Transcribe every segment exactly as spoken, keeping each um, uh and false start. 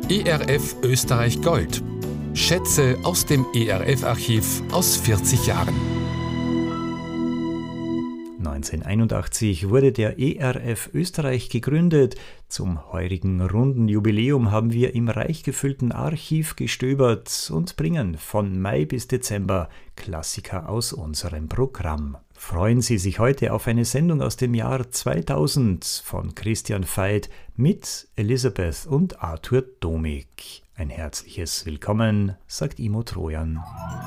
E R F Österreich Gold. Schätze aus dem E R F-Archiv aus vierzig Jahren. neunzehnhunderteinundachtzig wurde der E R F Österreich gegründet. Zum heurigen runden Jubiläum haben wir im reich gefüllten Archiv gestöbert und bringen von Mai bis Dezember Klassiker aus unserem Programm. Freuen Sie sich heute auf eine Sendung aus dem Jahr zweitausend von Christian Veit mit Elisabeth und Arthur Domig. Ein herzliches Willkommen, sagt Imo Trojan.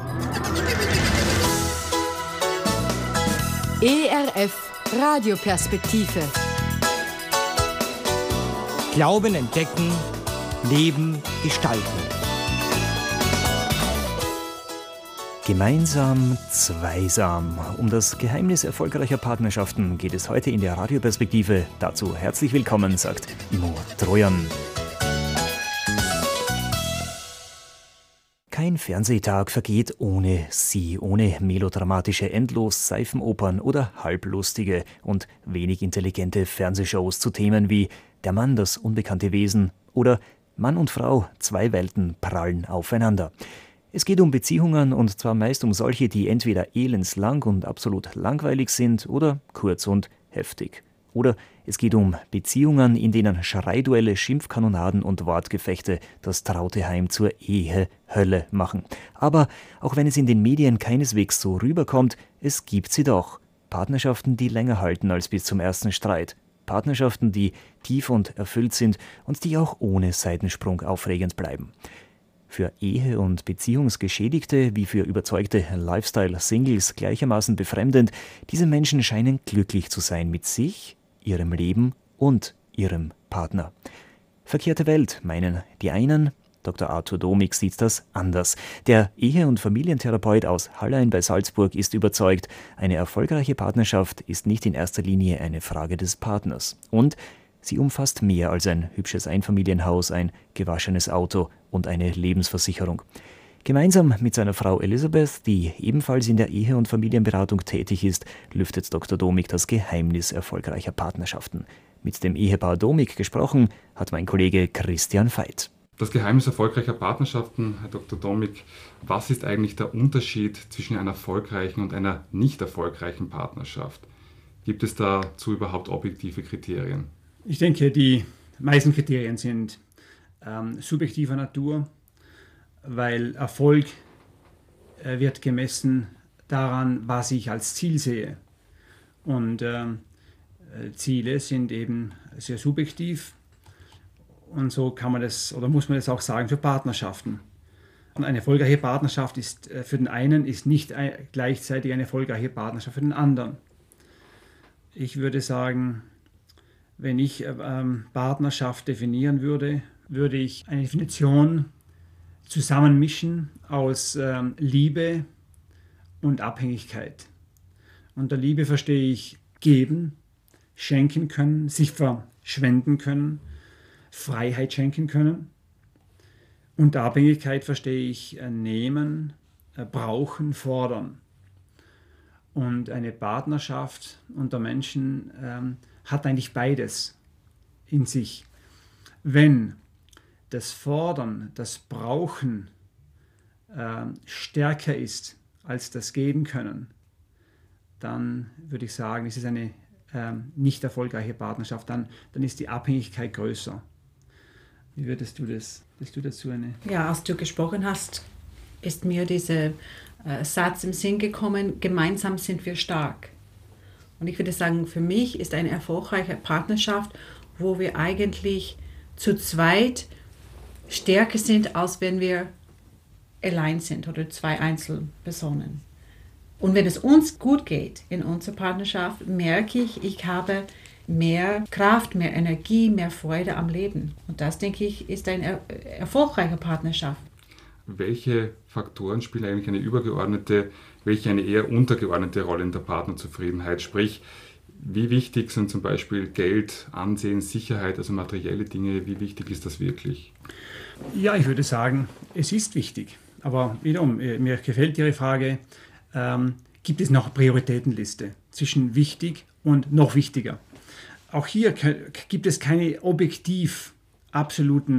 E R F Radioperspektive. Glauben entdecken, Leben gestalten. Gemeinsam, zweisam. Um das Geheimnis erfolgreicher Partnerschaften geht es heute in der Radioperspektive. Dazu herzlich willkommen, sagt Imo Trojan. Kein Fernsehtag vergeht ohne sie, ohne melodramatische Endlos-Seifenopern oder halblustige und wenig intelligente Fernsehshows zu Themen wie Der Mann, das unbekannte Wesen oder Mann und Frau, zwei Welten prallen aufeinander. Es geht um Beziehungen und zwar meist um solche, die entweder elendslang und absolut langweilig sind oder kurz und heftig. Oder es geht um Beziehungen, in denen Schreiduelle, Schimpfkanonaden und Wortgefechte das traute Heim zur Ehe-Hölle machen. Aber auch wenn es in den Medien keineswegs so rüberkommt, es gibt sie doch. Partnerschaften, die länger halten als bis zum ersten Streit. Partnerschaften, die tief und erfüllt sind und die auch ohne Seitensprung aufregend bleiben. Für Ehe- und Beziehungsgeschädigte wie für überzeugte Lifestyle-Singles gleichermaßen befremdend, diese Menschen scheinen glücklich zu sein mit sich, ihrem Leben und ihrem Partner. Verkehrte Welt, meinen die einen. Doktor Arthur Domig sieht das anders. Der Ehe- und Familientherapeut aus Hallein bei Salzburg ist überzeugt, eine erfolgreiche Partnerschaft ist nicht in erster Linie eine Frage des Partners. Und sie umfasst mehr als ein hübsches Einfamilienhaus, ein gewaschenes Auto und eine Lebensversicherung. Gemeinsam mit seiner Frau Elisabeth, die ebenfalls in der Ehe- und Familienberatung tätig ist, lüftet Doktor Domig das Geheimnis erfolgreicher Partnerschaften. Mit dem Ehepaar Domig gesprochen hat mein Kollege Christian Veit. Das Geheimnis erfolgreicher Partnerschaften, Herr Doktor Domig, was ist eigentlich der Unterschied zwischen einer erfolgreichen und einer nicht erfolgreichen Partnerschaft? Gibt es dazu überhaupt objektive Kriterien? Ich denke, die meisten Kriterien sind ähm, subjektiver Natur, weil Erfolg äh, wird gemessen daran, was ich als Ziel sehe. Und ähm, Ziele sind eben sehr subjektiv und so kann man das oder muss man das auch sagen für Partnerschaften. Und eine erfolgreiche Partnerschaft ist äh, für den einen ist nicht ein, gleichzeitig eine erfolgreiche Partnerschaft für den anderen. Ich würde sagen, wenn ich ähm, Partnerschaft definieren würde, würde ich eine Definition zusammenmischen aus ähm, Liebe und Abhängigkeit. Unter Liebe verstehe ich geben, schenken können, sich verschwenden können, Freiheit schenken können. Unter Abhängigkeit verstehe ich äh, nehmen, äh, brauchen, fordern. Und eine Partnerschaft unter Menschen ähm, hat eigentlich beides in sich. Wenn das Fordern, das Brauchen äh, stärker ist als das Geben können, dann würde ich sagen, es ist eine äh, nicht erfolgreiche Partnerschaft, dann, dann ist die Abhängigkeit größer. Wie würdest du das, würdest du dazu eine? Ja, als du gesprochen hast, ist mir dieser äh, Satz im Sinn gekommen, gemeinsam sind wir stark. Und ich würde sagen, für mich ist eine erfolgreiche Partnerschaft, wo wir eigentlich zu zweit stärker sind, als wenn wir allein sind oder zwei Einzelpersonen. Und wenn es uns gut geht in unserer Partnerschaft, merke ich, ich habe mehr Kraft, mehr Energie, mehr Freude am Leben. Und das, denke ich, ist eine er- erfolgreiche Partnerschaft. Welche Faktoren spielen eigentlich eine übergeordnete, welche eine eher untergeordnete Rolle in der Partnerzufriedenheit? Sprich, wie wichtig sind zum Beispiel Geld, Ansehen, Sicherheit, also materielle Dinge, wie wichtig ist das wirklich? Ja, ich würde sagen, es ist wichtig. Aber wiederum, mir gefällt Ihre Frage, ähm, gibt es noch eine Prioritätenliste zwischen wichtig und noch wichtiger? Auch hier gibt es keine objektiv absoluten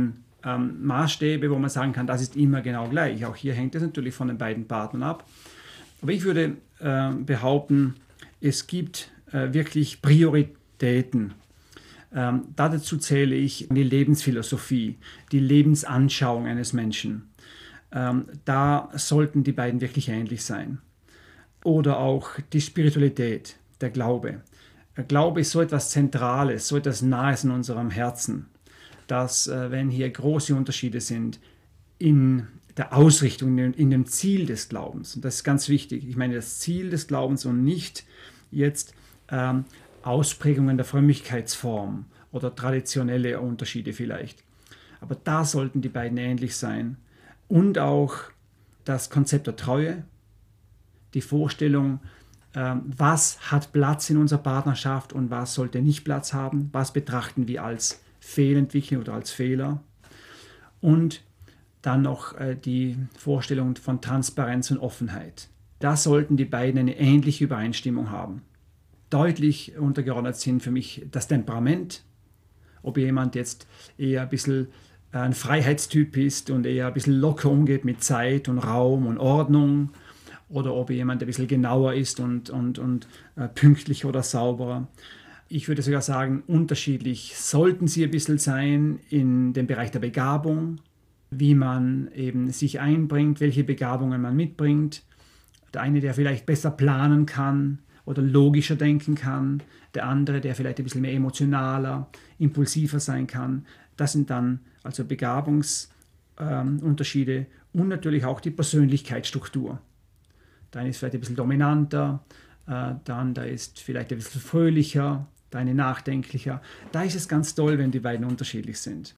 ähm, Maßstäbe, wo man sagen kann, das ist immer genau gleich. Auch hier hängt es natürlich von den beiden Partnern ab. Aber ich würde äh, behaupten, es gibt äh, wirklich Prioritäten. Ähm, dazu zähle ich die Lebensphilosophie, die Lebensanschauung eines Menschen. Ähm, da sollten die beiden wirklich ähnlich sein. Oder auch die Spiritualität, der Glaube. Der Glaube ist so etwas Zentrales, so etwas Nahes in unserem Herzen, dass, äh, wenn hier große Unterschiede sind in der Ausrichtung, in, in dem Ziel des Glaubens, und das ist ganz wichtig, ich meine das Ziel des Glaubens und nicht jetzt ähm, Ausprägungen der Frömmigkeitsform oder traditionelle Unterschiede vielleicht. Aber da sollten die beiden ähnlich sein. Und auch das Konzept der Treue, die Vorstellung, ähm, was hat Platz in unserer Partnerschaft und was sollte nicht Platz haben, was betrachten wir als Fehlentwicklung oder als Fehler. Und dann noch äh, die Vorstellung von Transparenz und Offenheit. Da sollten die beiden eine ähnliche Übereinstimmung haben. Deutlich untergeordnet sind für mich das Temperament, ob jemand jetzt eher ein bisschen ein Freiheitstyp ist und eher ein bisschen locker umgeht mit Zeit und Raum und Ordnung, oder ob jemand ein bisschen genauer ist und, und, und äh, pünktlicher oder sauberer. Ich würde sogar sagen, unterschiedlich sollten sie ein bisschen sein in dem Bereich der Begabung, wie man eben sich einbringt, welche Begabungen man mitbringt. Der eine, der vielleicht besser planen kann oder logischer denken kann, der andere, der vielleicht ein bisschen mehr emotionaler, impulsiver sein kann. Das sind dann also Begabungsunterschiede ähm, und natürlich auch die Persönlichkeitsstruktur. Der eine ist vielleicht ein bisschen dominanter, äh, der andere ist vielleicht ein bisschen fröhlicher, der eine nachdenklicher. Da ist es ganz toll, wenn die beiden unterschiedlich sind.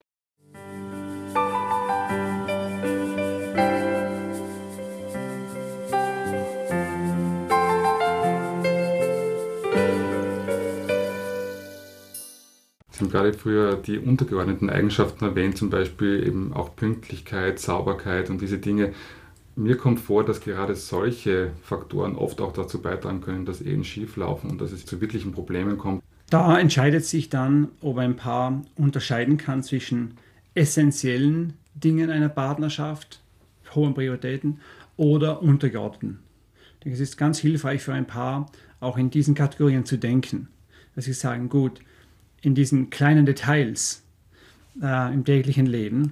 Sie haben gerade früher die untergeordneten Eigenschaften erwähnt, zum Beispiel eben auch Pünktlichkeit, Sauberkeit und diese Dinge. Mir kommt vor, dass gerade solche Faktoren oft auch dazu beitragen können, dass Ehen schieflaufen und dass es zu wirklichen Problemen kommt. Da entscheidet sich dann, ob ein Paar unterscheiden kann zwischen essentiellen Dingen einer Partnerschaft, hohen Prioritäten, oder untergeordneten. Ich denke, es ist ganz hilfreich für ein Paar, auch in diesen Kategorien zu denken. Dass sie sagen, gut, in diesen kleinen Details äh, im täglichen Leben,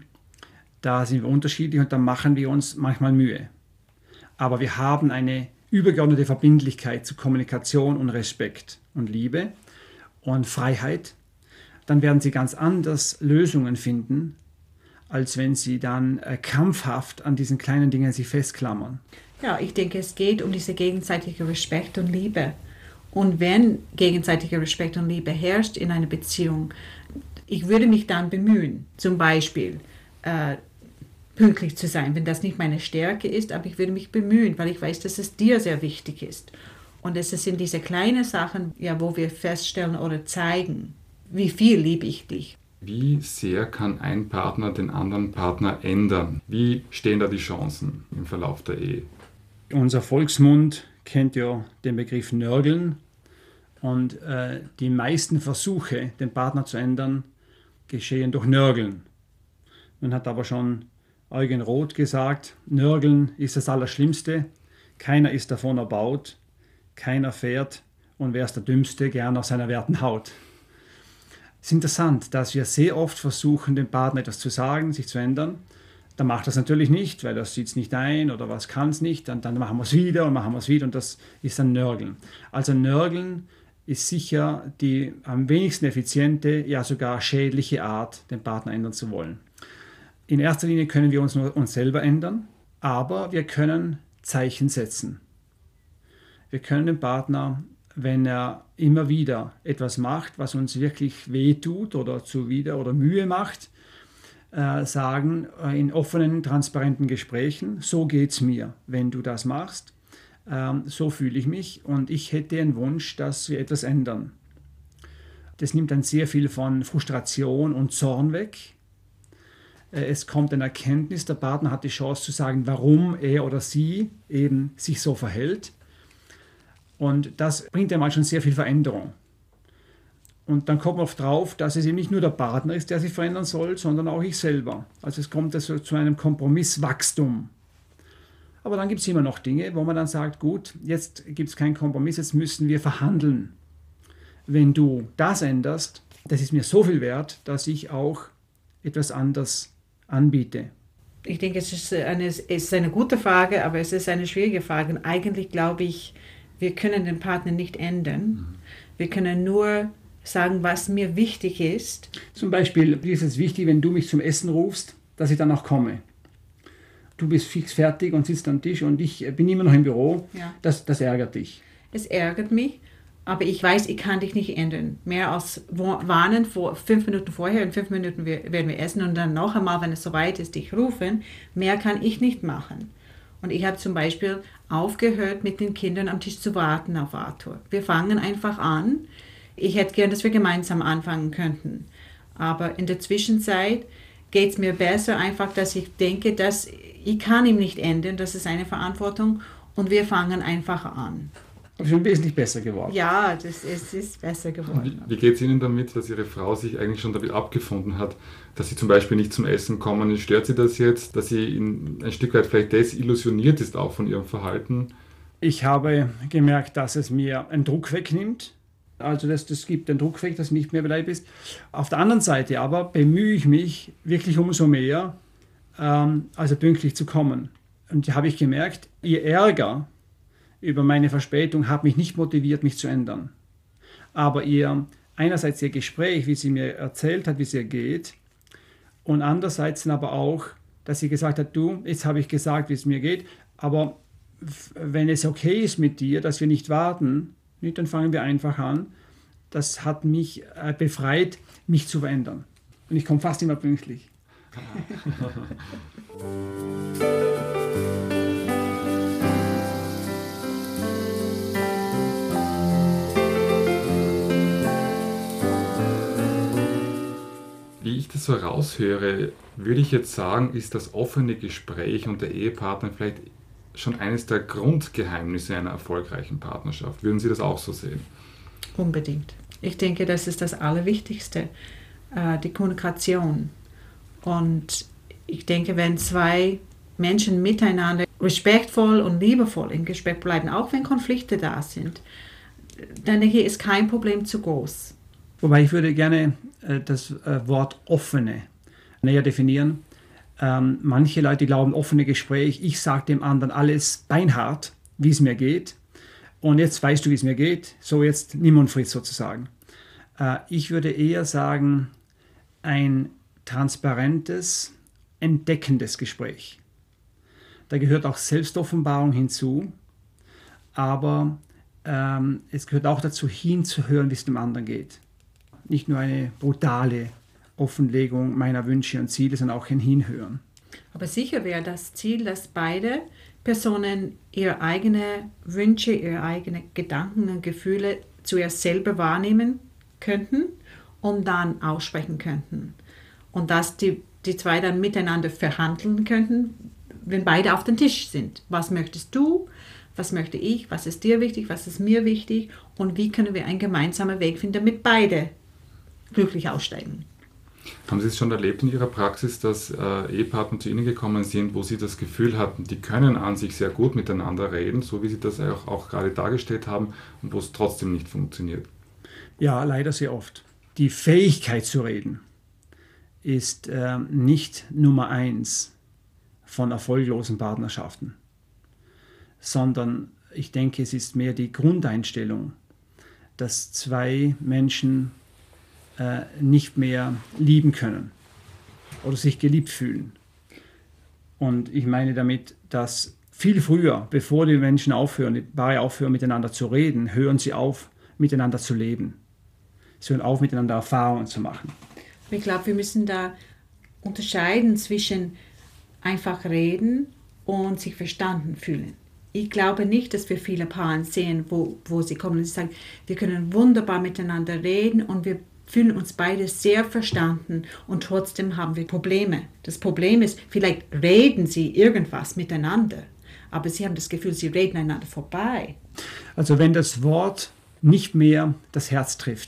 da sind wir unterschiedlich und da machen wir uns manchmal Mühe. Aber wir haben eine übergeordnete Verbindlichkeit zu Kommunikation und Respekt und Liebe und Freiheit. Dann werden sie ganz anders Lösungen finden, als wenn sie dann äh, krampfhaft an diesen kleinen Dingen sich festklammern. Ja, ich denke, es geht um diese gegenseitige Respekt und Liebe. Und wenn gegenseitiger Respekt und Liebe herrscht in einer Beziehung, ich würde mich dann bemühen, zum Beispiel äh, pünktlich zu sein, wenn das nicht meine Stärke ist, aber ich würde mich bemühen, weil ich weiß, dass es dir sehr wichtig ist. Und es sind diese kleinen Sachen, ja, wo wir feststellen oder zeigen, wie viel liebe ich dich. Wie sehr kann ein Partner den anderen Partner ändern? Wie stehen da die Chancen im Verlauf der Ehe? Unser Volksmund kennt ja den Begriff Nörgeln und äh, die meisten Versuche, den Partner zu ändern, geschehen durch Nörgeln. Man hat aber schon Eugen Roth gesagt, Nörgeln ist das Allerschlimmste, keiner ist davon erbaut, keiner fährt und wer ist der Dümmste, gern aus seiner werten Haut. Es ist interessant, dass wir sehr oft versuchen, dem Partner etwas zu sagen, sich zu ändern. Dann macht das natürlich nicht, weil das sieht es nicht ein oder was kann es nicht. Und dann machen wir es wieder und machen wir es wieder und das ist dann Nörgeln. Also Nörgeln ist sicher die am wenigsten effiziente, ja sogar schädliche Art, den Partner ändern zu wollen. In erster Linie können wir uns nur uns selber ändern, aber wir können Zeichen setzen. Wir können dem Partner, wenn er immer wieder etwas macht, was uns wirklich wehtut oder zuwider oder Mühe macht, äh, sagen äh, in offenen, transparenten Gesprächen, so geht's mir, wenn du das machst, ähm, so fühle ich mich und ich hätte einen Wunsch, dass wir etwas ändern. Das nimmt dann sehr viel von Frustration und Zorn weg. Äh, es kommt eine Erkenntnis, der Partner hat die Chance zu sagen, warum er oder sie eben sich so verhält. Und das bringt einmal schon sehr viel Veränderung. Und dann kommt man oft drauf, dass es eben nicht nur der Partner ist, der sich verändern soll, sondern auch ich selber. Also es kommt also zu einem Kompromisswachstum. Aber dann gibt es immer noch Dinge, wo man dann sagt, gut, jetzt gibt es keinen Kompromiss, jetzt müssen wir verhandeln. Wenn du das änderst, das ist mir so viel wert, dass ich auch etwas anders anbiete. Ich denke, es ist eine, es ist eine gute Frage, aber es ist eine schwierige Frage. Und eigentlich glaube ich, wir können den Partner nicht ändern. Wir können nur sagen, was mir wichtig ist. Zum Beispiel ist es wichtig, wenn du mich zum Essen rufst, dass ich dann auch komme. Du bist fix fertig und sitzt am Tisch und ich bin immer noch im Büro. Ja. Das, das ärgert dich. Es ärgert mich, aber ich weiß, ich kann dich nicht ändern. Mehr als warnen, vor fünf Minuten vorher, in fünf Minuten werden wir essen und dann noch einmal, wenn es soweit ist, dich rufen. Mehr kann ich nicht machen. Und ich habe zum Beispiel aufgehört, mit den Kindern am Tisch zu warten auf Arthur. Wir fangen einfach an. Ich hätte gern, dass wir gemeinsam anfangen könnten. Aber in der Zwischenzeit geht es mir besser, einfach, dass ich denke, dass ich kann ihm nicht ändern, das ist eine Verantwortung und wir fangen einfach an. Aber schon wesentlich besser geworden. Ja, das ist, ist besser geworden. Wie, wie geht es Ihnen damit, dass Ihre Frau sich eigentlich schon damit abgefunden hat, dass Sie zum Beispiel nicht zum Essen kommen? Stört Sie das jetzt, dass sie in, ein Stück weit vielleicht desillusioniert ist auch von Ihrem Verhalten? Ich habe gemerkt, dass es mir einen Druck wegnimmt. Also das, das gibt den Druck weg, dass du nicht mehr bereit bist. Auf der anderen Seite aber bemühe ich mich wirklich umso mehr, ähm, also pünktlich zu kommen. Und da habe ich gemerkt, ihr Ärger über meine Verspätung hat mich nicht motiviert, mich zu ändern. Aber ihr, einerseits ihr Gespräch, wie sie mir erzählt hat, wie es ihr geht, und andererseits aber auch, dass sie gesagt hat, du, jetzt habe ich gesagt, wie es mir geht, aber wenn es okay ist mit dir, dass wir nicht warten, nicht, dann fangen wir einfach an. Das hat mich äh, befreit, mich zu verändern. Und ich komme fast immer pünktlich. Wie ich das so raushöre, würde ich jetzt sagen, ist das offene Gespräch unter Ehepartnern vielleicht schon eines der Grundgeheimnisse einer erfolgreichen Partnerschaft. Würden Sie das auch so sehen? Unbedingt. Ich denke, das ist das Allerwichtigste, äh, die Kommunikation. Und ich denke, wenn zwei Menschen miteinander respektvoll und liebevoll im Gespräch bleiben, auch wenn Konflikte da sind, dann denke ich, ist kein Problem zu groß. Wobei ich würde gerne äh, das äh, Wort offene näher definieren. Ähm, manche Leute glauben, offene Gespräch, ich sage dem anderen alles beinhart, wie es mir geht. Und jetzt weißt du, wie es mir geht. So, jetzt nimm und friss sozusagen. Äh, ich würde eher sagen, ein transparentes, entdeckendes Gespräch. Da gehört auch Selbstoffenbarung hinzu, aber ähm, es gehört auch dazu, hinzuhören, wie es dem anderen geht. Nicht nur eine brutale Offenlegung meiner Wünsche und Ziele, sondern auch ein Hinhören. Aber sicher wäre das Ziel, dass beide Personen ihre eigenen Wünsche, ihre eigenen Gedanken und Gefühle zuerst selber wahrnehmen könnten und dann aussprechen könnten. Und dass die, die zwei dann miteinander verhandeln könnten, wenn beide auf dem Tisch sind. Was möchtest du? Was möchte ich? Was ist dir wichtig? Was ist mir wichtig? Und wie können wir einen gemeinsamen Weg finden, damit beide glücklich aussteigen? Haben Sie es schon erlebt in Ihrer Praxis, dass äh, Ehepartner zu Ihnen gekommen sind, wo Sie das Gefühl hatten, die können an sich sehr gut miteinander reden, so wie Sie das auch, auch gerade dargestellt haben, und wo es trotzdem nicht funktioniert? Ja, leider sehr oft. Die Fähigkeit zu reden ist äh, nicht Nummer eins von erfolglosen Partnerschaften, sondern ich denke, es ist mehr die Grundeinstellung, dass zwei Menschen äh, nicht mehr lieben können oder sich geliebt fühlen. Und ich meine damit, dass viel früher, bevor die Menschen aufhören, die Paare aufhören, miteinander zu reden, hören sie auf, miteinander zu leben. Sie hören auf, miteinander Erfahrungen zu machen. Ich glaube, wir müssen da unterscheiden zwischen einfach reden und sich verstanden fühlen. Ich glaube nicht, dass wir viele Paare sehen, wo, wo sie kommen und sie sagen, wir können wunderbar miteinander reden und wir fühlen uns beide sehr verstanden und trotzdem haben wir Probleme. Das Problem ist, vielleicht reden sie irgendwas miteinander, aber sie haben das Gefühl, sie reden einander vorbei. Also wenn das Wort nicht mehr das Herz trifft,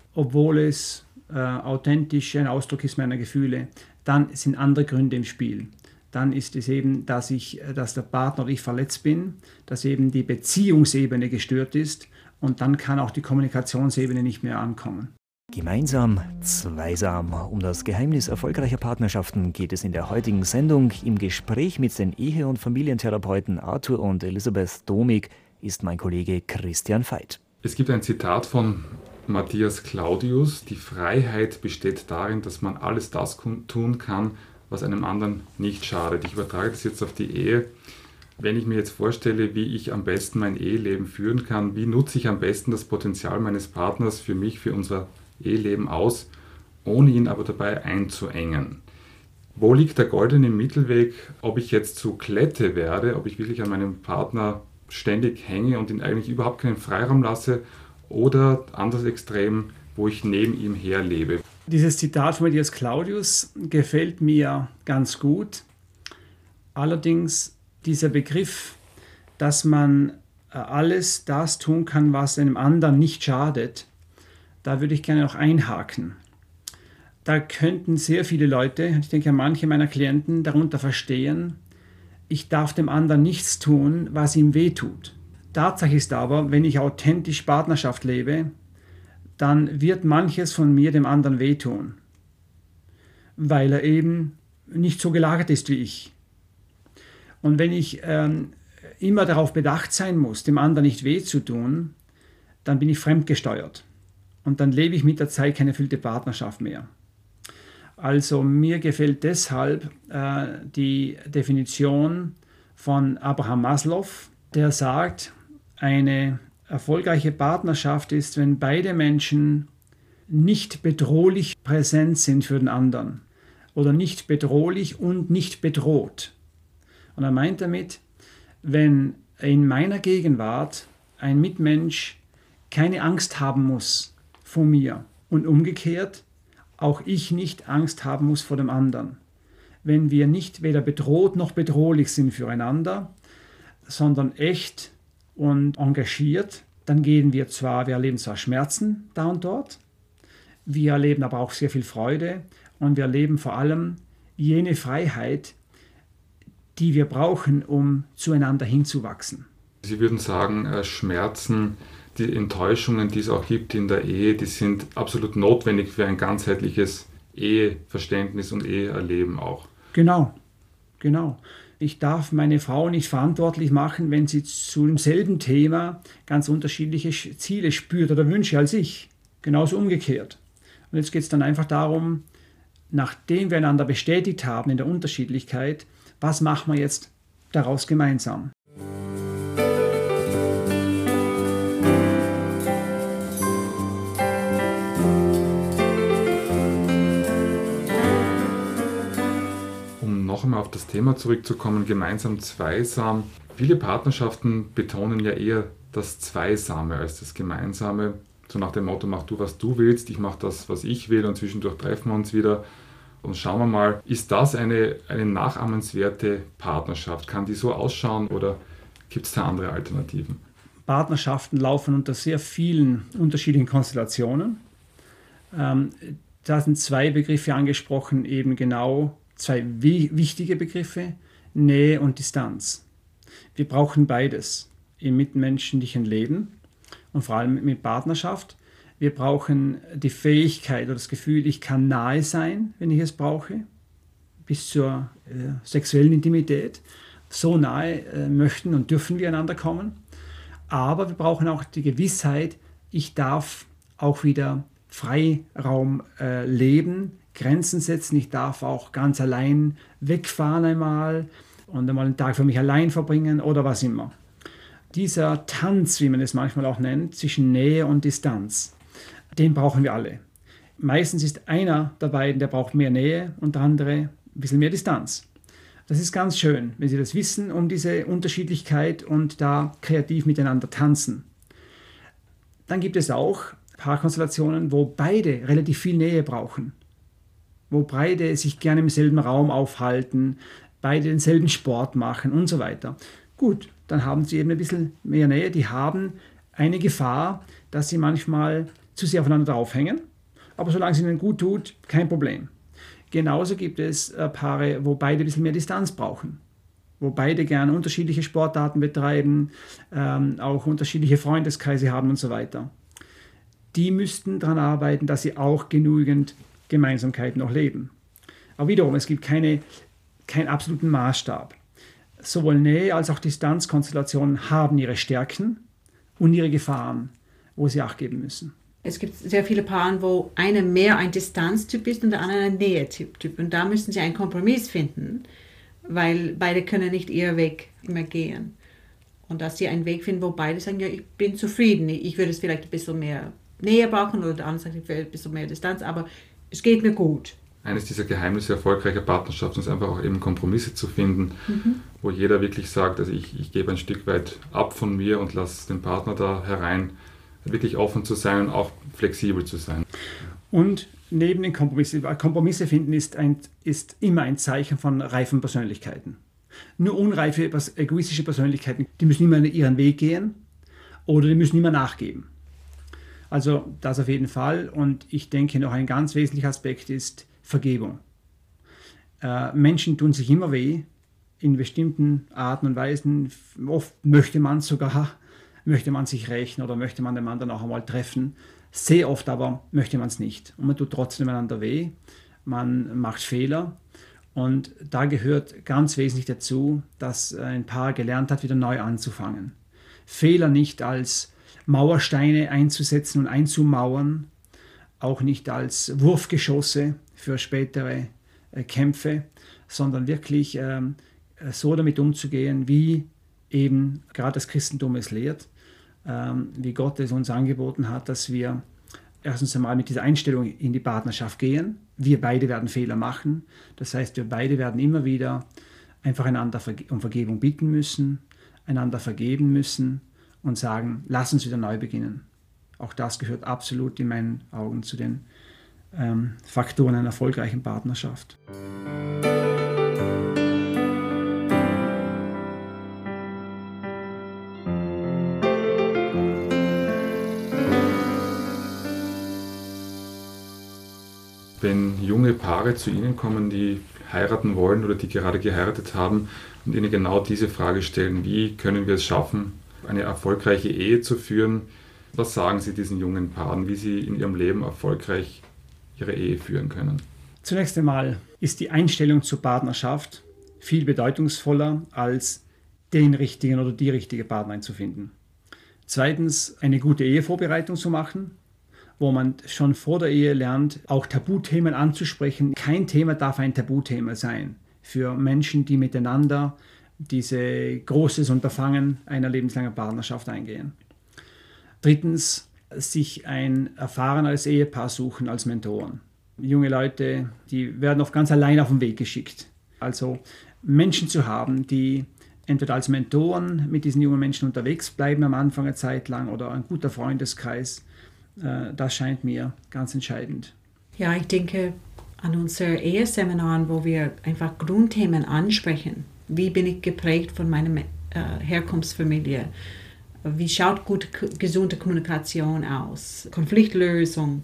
obwohl es äh, authentisch ein Ausdruck ist meiner Gefühle, dann sind andere Gründe im Spiel. Dann ist es eben, dass, ich, dass der Partner oder ich verletzt bin, dass eben die Beziehungsebene gestört ist und dann kann auch die Kommunikationsebene nicht mehr ankommen. Gemeinsam, zweisam. Um das Geheimnis erfolgreicher Partnerschaften geht es in der heutigen Sendung. Im Gespräch mit den Ehe- und Familientherapeuten Arthur und Elisabeth Domig ist mein Kollege Christian Veit. Es gibt ein Zitat von Matthias Claudius: Die Freiheit besteht darin, dass man alles das tun kann, was einem anderen nicht schadet. Ich übertrage das jetzt auf die Ehe. Wenn ich mir jetzt vorstelle, wie ich am besten mein Eheleben führen kann, wie nutze ich am besten das Potenzial meines Partners für mich, für unser Eheleben aus, ohne ihn aber dabei einzuengen. Wo liegt der goldene Mittelweg, ob ich jetzt zu Klette werde, ob ich wirklich an meinem Partner ständig hänge und ihn eigentlich überhaupt keinen Freiraum lasse, oder anderes Extrem, wo ich neben ihm herlebe. Dieses Zitat von Matthias Claudius gefällt mir ganz gut. Allerdings dieser Begriff, dass man alles das tun kann, was einem anderen nicht schadet, da würde ich gerne noch einhaken. Da könnten sehr viele Leute, ich denke manche meiner Klienten, darunter verstehen, ich darf dem anderen nichts tun, was ihm wehtut. Tatsache ist aber, wenn ich authentisch Partnerschaft lebe, dann wird manches von mir dem anderen wehtun, weil er eben nicht so gelagert ist wie ich. Und wenn ich ähm, immer darauf bedacht sein muss, dem anderen nicht weh zu tun, dann bin ich fremdgesteuert. Und dann lebe ich mit der Zeit keine erfüllte Partnerschaft mehr. Also mir gefällt deshalb äh, die Definition von Abraham Maslow, der sagt, eine erfolgreiche Partnerschaft ist, wenn beide Menschen nicht bedrohlich präsent sind für den anderen oder nicht bedrohlich und nicht bedroht. Und er meint damit, wenn in meiner Gegenwart ein Mitmensch keine Angst haben muss vor mir und umgekehrt auch ich nicht Angst haben muss vor dem anderen. Wenn wir nicht weder bedroht noch bedrohlich sind füreinander, sondern echt und engagiert, dann gehen wir zwar, wir erleben zwar Schmerzen da und dort, wir erleben aber auch sehr viel Freude und wir erleben vor allem jene Freiheit, die wir brauchen, um zueinander hinzuwachsen. Sie würden sagen, Schmerzen, die Enttäuschungen, die es auch gibt in der Ehe, die sind absolut notwendig für ein ganzheitliches Eheverständnis und Eheerleben auch. Genau, genau. Ich darf meine Frau nicht verantwortlich machen, wenn sie zu demselben Thema ganz unterschiedliche Ziele spürt oder Wünsche als ich. Genauso umgekehrt. Und jetzt geht es dann einfach darum, nachdem wir einander bestätigt haben in der Unterschiedlichkeit, was machen wir jetzt daraus gemeinsam? Noch einmal auf das Thema zurückzukommen, gemeinsam zweisam. Viele Partnerschaften betonen ja eher das Zweisame als das Gemeinsame. So nach dem Motto, mach du, was du willst, ich mache das, was ich will und zwischendurch treffen wir uns wieder. Und schauen wir mal, ist das eine, eine nachahmenswerte Partnerschaft? Kann die so ausschauen oder gibt es da andere Alternativen? Partnerschaften laufen unter sehr vielen unterschiedlichen Konstellationen. Ähm, da sind zwei Begriffe angesprochen, eben genau zwei wichtige Begriffe, Nähe und Distanz. Wir brauchen beides im mitmenschlichen Leben und vor allem mit Partnerschaft. Wir brauchen die Fähigkeit oder das Gefühl, ich kann nahe sein, wenn ich es brauche, bis zur äh, sexuellen Intimität. So nahe äh, möchten und dürfen wir einander kommen. Aber wir brauchen auch die Gewissheit, ich darf auch wieder Freiraum äh, leben, Grenzen setzen. Ich darf auch ganz allein wegfahren einmal und einmal einen Tag für mich allein verbringen oder was immer. Dieser Tanz, wie man es manchmal auch nennt, zwischen Nähe und Distanz, den brauchen wir alle. Meistens ist einer der beiden, der braucht mehr Nähe und der andere ein bisschen mehr Distanz. Das ist ganz schön, wenn Sie das wissen, um diese Unterschiedlichkeit und da kreativ miteinander tanzen. Dann gibt es auch Paarkonstellationen, wo beide relativ viel Nähe brauchen, wo beide sich gerne im selben Raum aufhalten, beide denselben Sport machen und so weiter. Gut, dann haben sie eben ein bisschen mehr Nähe. Die haben eine Gefahr, dass sie manchmal zu sehr aufeinander draufhängen, aber solange es ihnen gut tut, kein Problem. Genauso gibt es äh, Paare, wo beide ein bisschen mehr Distanz brauchen, wo beide gerne unterschiedliche Sportarten betreiben, ähm, auch unterschiedliche Freundeskreise haben und so weiter. Die müssten daran arbeiten, dass sie auch genügend Gemeinsamkeiten noch leben. Aber wiederum, es gibt keine, keinen absoluten Maßstab. Sowohl Nähe als auch Distanzkonstellationen haben ihre Stärken und ihre Gefahren, wo sie Acht geben müssen. Es gibt sehr viele Paare, wo einer mehr ein Distanztyp ist und der andere ein Nähetyp. Und da müssen sie einen Kompromiss finden, weil beide können nicht ihren Weg immer gehen. Und dass sie einen Weg finden, wo beide sagen, ja, ich bin zufrieden, ich würde es vielleicht ein bisschen mehr Nähe brauchen oder der andere sagt, ich will ein bisschen mehr Distanz, aber es geht mir gut. Eines dieser Geheimnisse erfolgreicher Partnerschaften ist einfach auch eben Kompromisse zu finden, mhm. wo jeder wirklich sagt, also ich, ich gebe ein Stück weit ab von mir und lasse den Partner da herein, wirklich offen zu sein und auch flexibel zu sein. Und neben den Kompromissen, Kompromisse finden ist, ein, ist immer ein Zeichen von reifen Persönlichkeiten. Nur unreife, egoistische Persönlichkeiten, die müssen immer ihren Weg gehen oder die müssen immer nachgeben. Also das auf jeden Fall. Und ich denke, noch ein ganz wesentlicher Aspekt ist Vergebung. Äh, Menschen tun sich immer weh in bestimmten Arten und Weisen. Oft möchte man sogar, möchte man sich rächen oder möchte man den anderen auch einmal treffen. Sehr oft aber möchte man es nicht. Und man tut trotzdem einander weh. Man macht Fehler. Und da gehört ganz wesentlich dazu, dass ein Paar gelernt hat, wieder neu anzufangen. Fehler nicht als Mauersteine einzusetzen und einzumauern, auch nicht als Wurfgeschosse für spätere äh, Kämpfe, sondern wirklich äh, so damit umzugehen, wie eben gerade das Christentum es lehrt, äh, wie Gott es uns angeboten hat, dass wir erstens einmal mit dieser Einstellung in die Partnerschaft gehen. Wir beide werden Fehler machen, das heißt, wir beide werden immer wieder einfach einander um Vergebung bitten müssen, einander vergeben müssen und sagen, lass uns wieder neu beginnen. Auch das gehört absolut in meinen Augen zu den ähm, Faktoren einer erfolgreichen Partnerschaft. Wenn junge Paare zu Ihnen kommen, die heiraten wollen oder die gerade geheiratet haben und Ihnen genau diese Frage stellen, wie können wir es schaffen, eine erfolgreiche Ehe zu führen, was sagen Sie diesen jungen Paaren, wie sie in ihrem Leben erfolgreich ihre Ehe führen können? Zunächst einmal ist die Einstellung zur Partnerschaft viel bedeutungsvoller, als den richtigen oder die richtige Partnerin zu finden. Zweitens, eine gute Ehevorbereitung zu machen, wo man schon vor der Ehe lernt, auch Tabuthemen anzusprechen. Kein Thema darf ein Tabuthema sein für Menschen, die miteinander diese großes Unterfangen einer lebenslangen Partnerschaft eingehen. Drittens, sich ein erfahreneres Ehepaar suchen als Mentoren. Junge Leute, die werden oft ganz allein auf den Weg geschickt. Also Menschen zu haben, die entweder als Mentoren mit diesen jungen Menschen unterwegs bleiben am Anfang eine Zeit lang oder ein guter Freundeskreis, äh, das scheint mir ganz entscheidend. Ja, ich denke an unsere Eheseminaren, wo wir einfach Grundthemen ansprechen. Wie bin ich geprägt von meiner äh, Herkunftsfamilie? Wie schaut gute, gesunde Kommunikation aus? Konfliktlösung,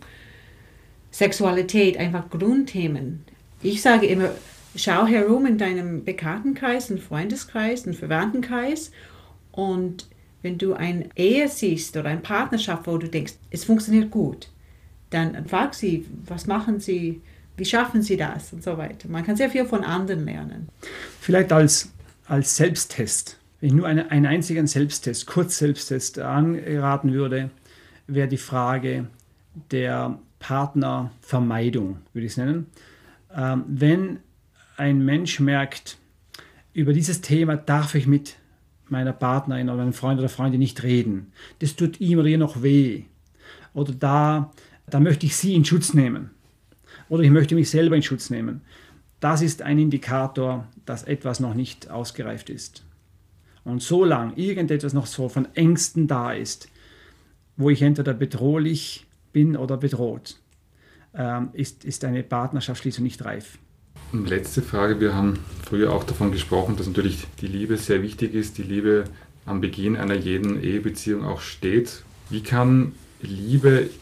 Sexualität, einfach Grundthemen. Ich sage immer, schau herum in deinem Bekanntenkreis, einen Freundeskreis, einen Verwandtenkreis und wenn du eine Ehe siehst oder eine Partnerschaft, wo du denkst, es funktioniert gut, dann frag sie, was machen sie, wie schaffen sie das und so weiter. Man kann sehr viel von anderen lernen. Vielleicht als, als Selbsttest, wenn ich nur eine, einen einzigen Selbsttest, Kurzselbsttest anraten würde, wäre die Frage der Partnervermeidung, würde ich es nennen. Ähm, wenn ein Mensch merkt, über dieses Thema darf ich mit meiner Partnerin oder meinem Freund oder Freundin nicht reden, das tut ihm oder ihr noch weh, oder da, da möchte ich sie in Schutz nehmen, oder ich möchte mich selber in Schutz nehmen, das ist ein Indikator, dass etwas noch nicht ausgereift ist. Und solange irgendetwas noch so von Ängsten da ist, wo ich entweder bedrohlich bin oder bedroht, ähm, ist, ist eine Partnerschaftsschließung nicht reif. Und letzte Frage, wir haben früher auch davon gesprochen, dass natürlich die Liebe sehr wichtig ist, die Liebe am Beginn einer jeden Ehebeziehung auch steht. Wie kann Liebe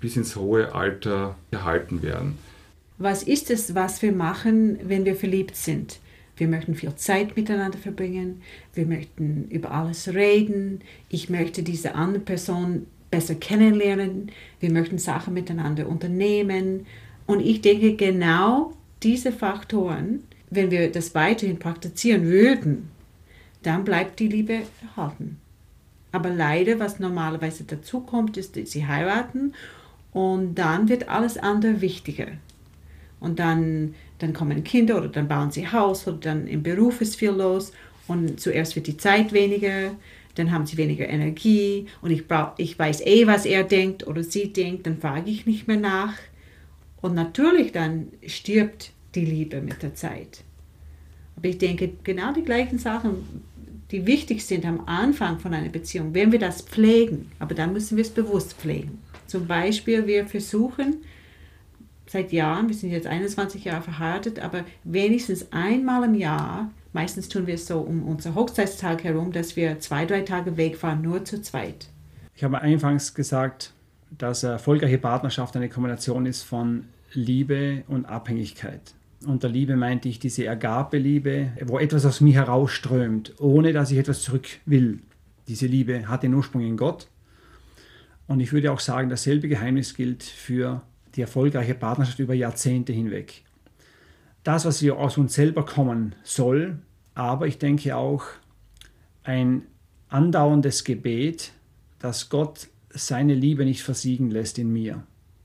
bis ins hohe Alter erhalten werden. Was ist es, was wir machen, wenn wir verliebt sind? Wir möchten viel Zeit miteinander verbringen, wir möchten über alles reden, ich möchte diese andere Person besser kennenlernen, wir möchten Sachen miteinander unternehmen. Und ich denke, genau diese Faktoren, wenn wir das weiterhin praktizieren würden, dann bleibt die Liebe erhalten. Aber leider, was normalerweise dazu kommt, ist, dass sie heiraten und dann wird alles andere wichtiger. Und dann, dann kommen Kinder oder dann bauen sie Haus oder dann im Beruf ist viel los und zuerst wird die Zeit weniger, dann haben sie weniger Energie und ich, brauch, ich weiß eh, was er denkt oder sie denkt, dann frage ich nicht mehr nach. Und natürlich dann stirbt die Liebe mit der Zeit. Aber ich denke, genau die gleichen Sachen, die wichtig sind am Anfang von einer Beziehung, wenn wir das pflegen, aber dann müssen wir es bewusst pflegen. Zum Beispiel, wir versuchen, seit Jahren, wir sind jetzt einundzwanzig Jahre verheiratet, aber wenigstens einmal im Jahr, meistens tun wir es so um unser Hochzeitstag herum, dass wir zwei, drei Tage wegfahren, nur zu zweit. Ich habe anfangs gesagt, dass erfolgreiche Partnerschaft eine Kombination ist von Liebe und Abhängigkeit. Unter Liebe meinte ich diese Agape-Liebe, wo etwas aus mir herausströmt, ohne dass ich etwas zurück will. Diese Liebe hat den Ursprung in Gott. Und ich würde auch sagen, dasselbe Geheimnis gilt für die erfolgreiche Partnerschaft über Jahrzehnte hinweg. Das, was hier aus uns selber kommen soll, aber ich denke auch ein andauerndes Gebet, dass Gott seine Liebe nicht versiegen lässt in mir.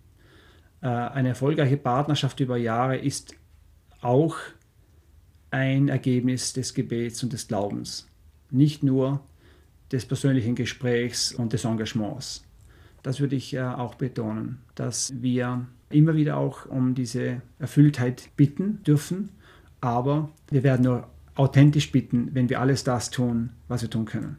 Eine erfolgreiche Partnerschaft über Jahre ist auch ein Ergebnis des Gebets und des Glaubens, nicht nur des persönlichen Gesprächs und des Engagements. Das würde ich äh, auch betonen, dass wir immer wieder auch um diese Erfülltheit bitten dürfen, aber wir werden nur authentisch bitten, wenn wir alles das tun, was wir tun können.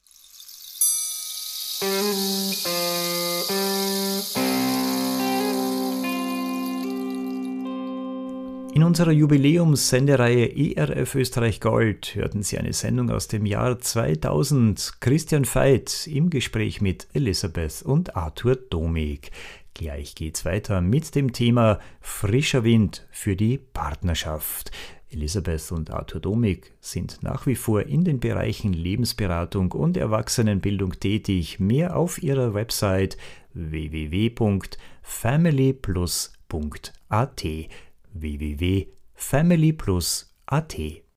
In unserer Jubiläumssendereihe E R F Österreich Gold hörten Sie eine Sendung aus dem Jahr zweitausend. Christian Veit im Gespräch mit Elisabeth und Arthur Domig. Gleich geht's weiter mit dem Thema Frischer Wind für die Partnerschaft. Elisabeth und Arthur Domig sind nach wie vor in den Bereichen Lebensberatung und Erwachsenenbildung tätig. Mehr auf ihrer Website w w w punkt family plus punkt a t w w w punkt family plus punkt a t.